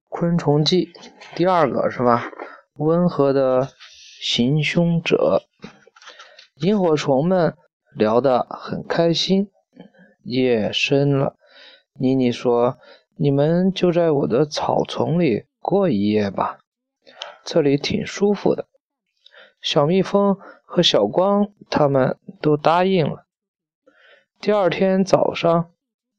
昆虫记第二个是吧？温和的行凶者。萤火虫们聊得很开心。夜深了，妮妮说：“你们就在我的草丛里过一夜吧，这里挺舒服的。”小蜜蜂和小光他们都答应了。第二天早上，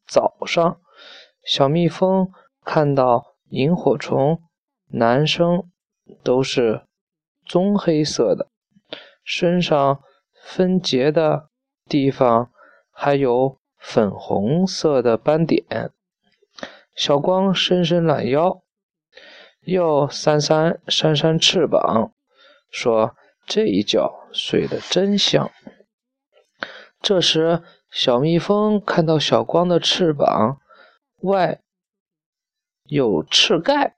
小蜜蜂看到萤火虫男生都是棕黑色的，身上分节的地方还有粉红色的斑点。小光伸伸懒腰，又扇扇翅膀，说：“这一觉睡得真香。”这时小蜜蜂看到小光的翅膀外有翅盖，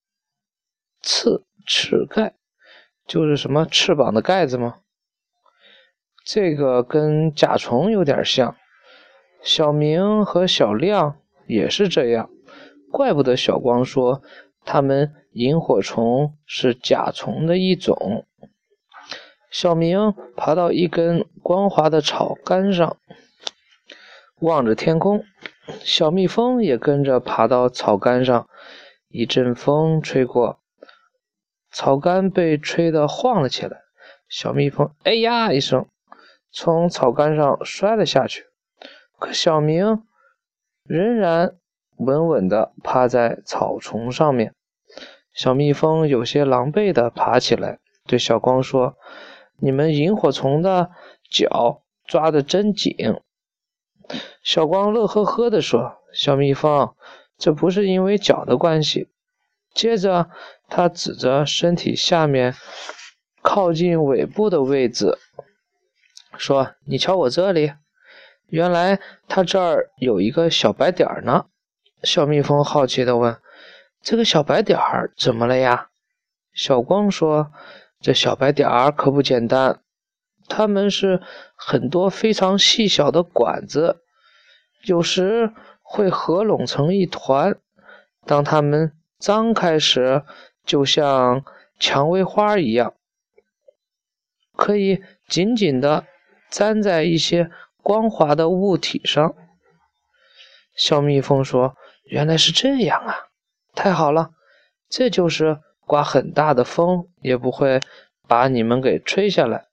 翅盖就是什么翅膀的盖子吗？这个跟甲虫有点像。小明和小亮也是这样，怪不得小光说他们萤火虫是甲虫的一种。小明爬到一根光滑的草杆上，望着天空。小蜜蜂也跟着爬到草杆上，一阵风吹过，草杆被吹得晃了起来。小蜜蜂哎呀一声，从草杆上摔了下去。可小明仍然稳稳地趴在草丛上面。小蜜蜂有些狼狈地爬起来，对小光说：“你们萤火虫的脚抓得真紧。”小光乐呵呵地说：“小蜜蜂，这不是因为脚的关系。”接着他指着身体下面靠近尾部的位置说：“你瞧我这里。”原来他这儿有一个小白点呢。小蜜蜂好奇地问：“这个小白点怎么了呀？”小光说：“这小白点可不简单，它们是很多非常细小的管子，有时会合拢成一团，当它们张开时，就像蔷薇花一样，可以紧紧地粘在一些光滑的物体上。”小蜜蜂说：“原来是这样啊，太好了，这就是刮很大的风也不会把你们给吹下来。”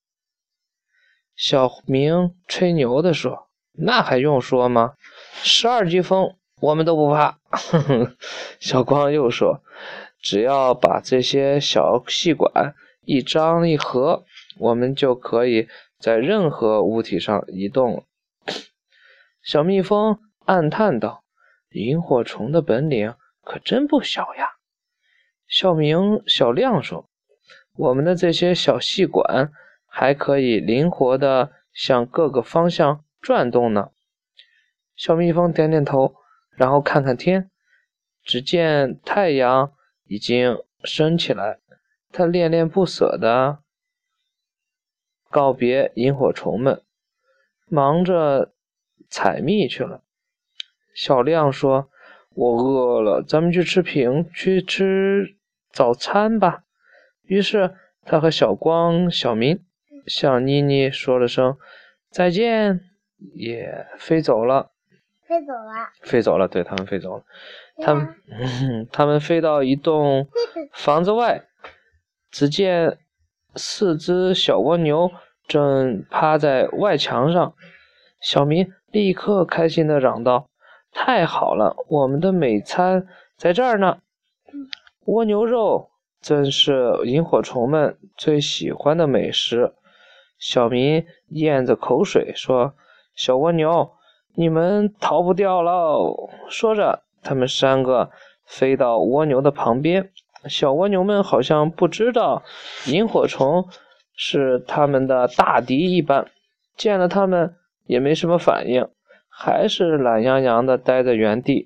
小明吹牛地说：“那还用说吗？12级风我们都不怕。”小光又说：“只要把这些小细管一张一合，我们就可以在任何物体上移动了。”小蜜蜂暗叹道：“萤火虫的本领可真不小呀。”小亮说：“我们的这些小细管还可以灵活地向各个方向转动呢。”小蜜蜂点点头，然后看看天，只见太阳已经升起来，它恋恋不舍地告别萤火虫们，忙着采蜜去了。小亮说：“我饿了，咱们去吃早餐吧。”于是他和小光、小明向妮妮说了声再见，也飞走了。对，他们飞走了。他们飞到一栋房子外，只见4只小蜗牛正趴在外墙上。小明立刻开心地嚷道：“太好了，我们的美餐在这儿呢！”蜗牛肉正是萤火虫们最喜欢的美食。小明咽着口水说：“小蜗牛，你们逃不掉喽！”说着，他们3个飞到蜗牛的旁边。小蜗牛们好像不知道萤火虫是他们的大敌一般，见了他们也没什么反应，还是懒洋洋地待在原地。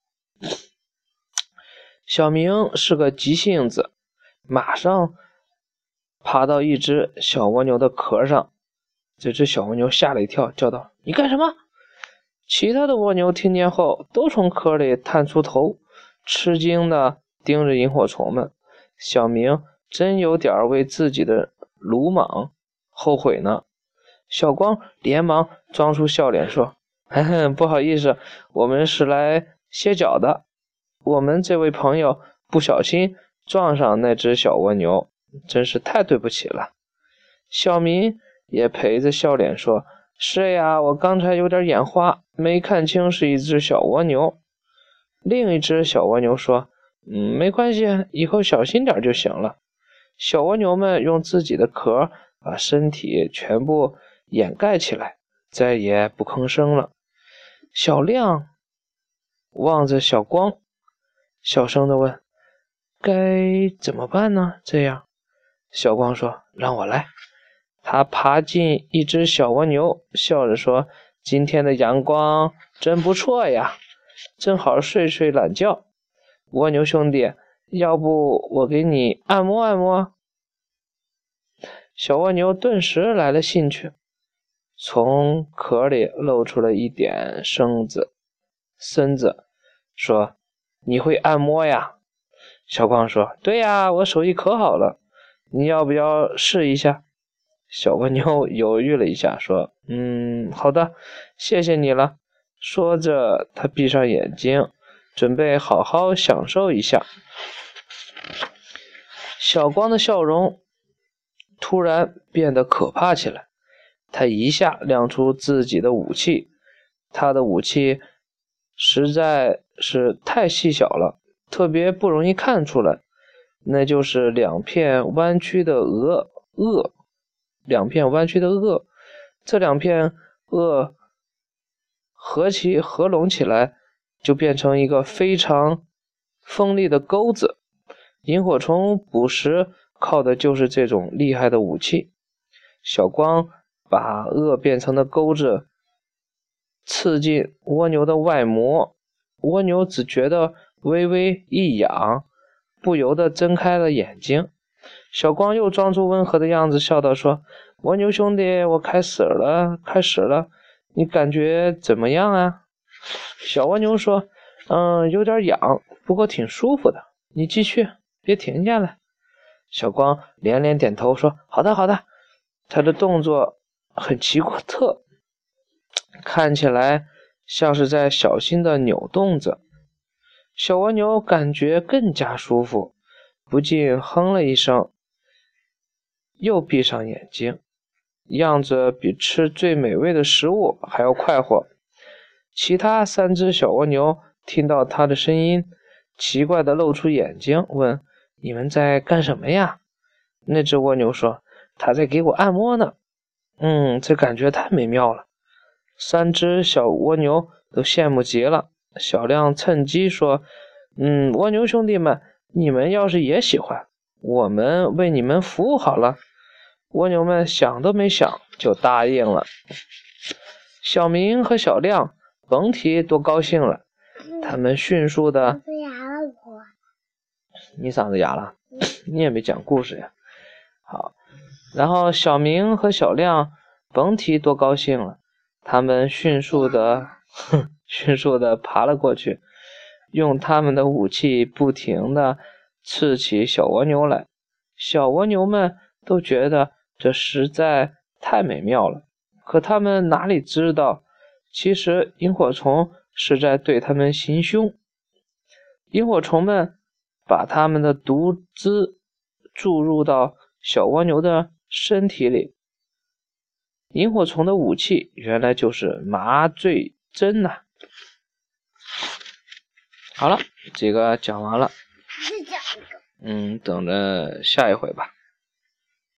小明是个急性子，马上爬到一只小蜗牛的壳上。这只小蜗牛吓了一跳，叫道：“你干什么？”其他的蜗牛听见后都从壳里探出头，吃惊地盯着萤火虫们。小明真有点为自己的鲁莽后悔呢。小光连忙装出笑脸说：“嘿嘿，不好意思，我们是来歇脚的。我们这位朋友不小心撞上那只小蜗牛，真是太对不起了。”小明也陪着笑脸说：“是呀，我刚才有点眼花，没看清是一只小蜗牛。”另一只小蜗牛说：“没关系，以后小心点就行了。”小蜗牛们用自己的壳把身体全部掩盖起来，再也不吭声了。小亮望着小光，小声地问：“该怎么办呢？”这样，小光说：“让我来。”他爬进一只小蜗牛，笑着说：“今天的阳光真不错呀，正好睡睡懒觉。蜗牛兄弟，要不我给你按摩按摩？”小蜗牛顿时来了兴趣，从壳里露出了一点身子，说：“你会按摩呀？”小光说：“对呀，我手艺可好了，你要不要试一下？”小蜗牛犹豫了一下，说：“好的，谢谢你了。”说着，他闭上眼睛，准备好好享受一下。小光的笑容突然变得可怕起来，他一下亮出自己的武器。他的武器实在是太细小了，特别不容易看出来，那就是两片弯曲的颚。这两片颚合拢起来，就变成一个非常锋利的钩子。萤火虫捕食靠的就是这种厉害的武器。小光把颚变成的钩子刺进蜗牛的外膜，蜗牛只觉得微微一痒，不由得睁开了眼睛。小光又装出温和的样子，笑道说：“蜗牛兄弟，我开始了，你感觉怎么样啊？”小蜗牛说：“有点痒，不过挺舒服的，你继续，别停下来。”小光连连点头说：“好的，好的。”他的动作很奇特，看起来像是在小心地扭动着。小蜗牛感觉更加舒服，不禁哼了一声，又闭上眼睛，样子比吃最美味的食物还要快活。其他三只小蜗牛听到他的声音，奇怪地露出眼睛，问：“你们在干什么呀？”那只蜗牛说：“他在给我按摩呢。”这感觉太美妙了。三只小蜗牛都羡慕极了。小亮趁机说：“蜗牛兄弟们，你们要是也喜欢，我们为你们服务好了。”蜗牛们想都没想就答应了。小明和小亮甭提多高兴了，他们迅速的……你嗓子哑了？你也没讲故事呀。好，然后小明和小亮甭提多高兴了，他们迅速的爬了过去，用他们的武器不停的刺起小蜗牛来。小蜗牛们都觉得这实在太美妙了，可他们哪里知道，其实萤火虫是在对他们行凶。萤火虫们把他们的毒汁注入到小蜗牛的身体里。萤火虫的武器原来就是麻醉针呐。好了，这个讲完了。等着下一回吧。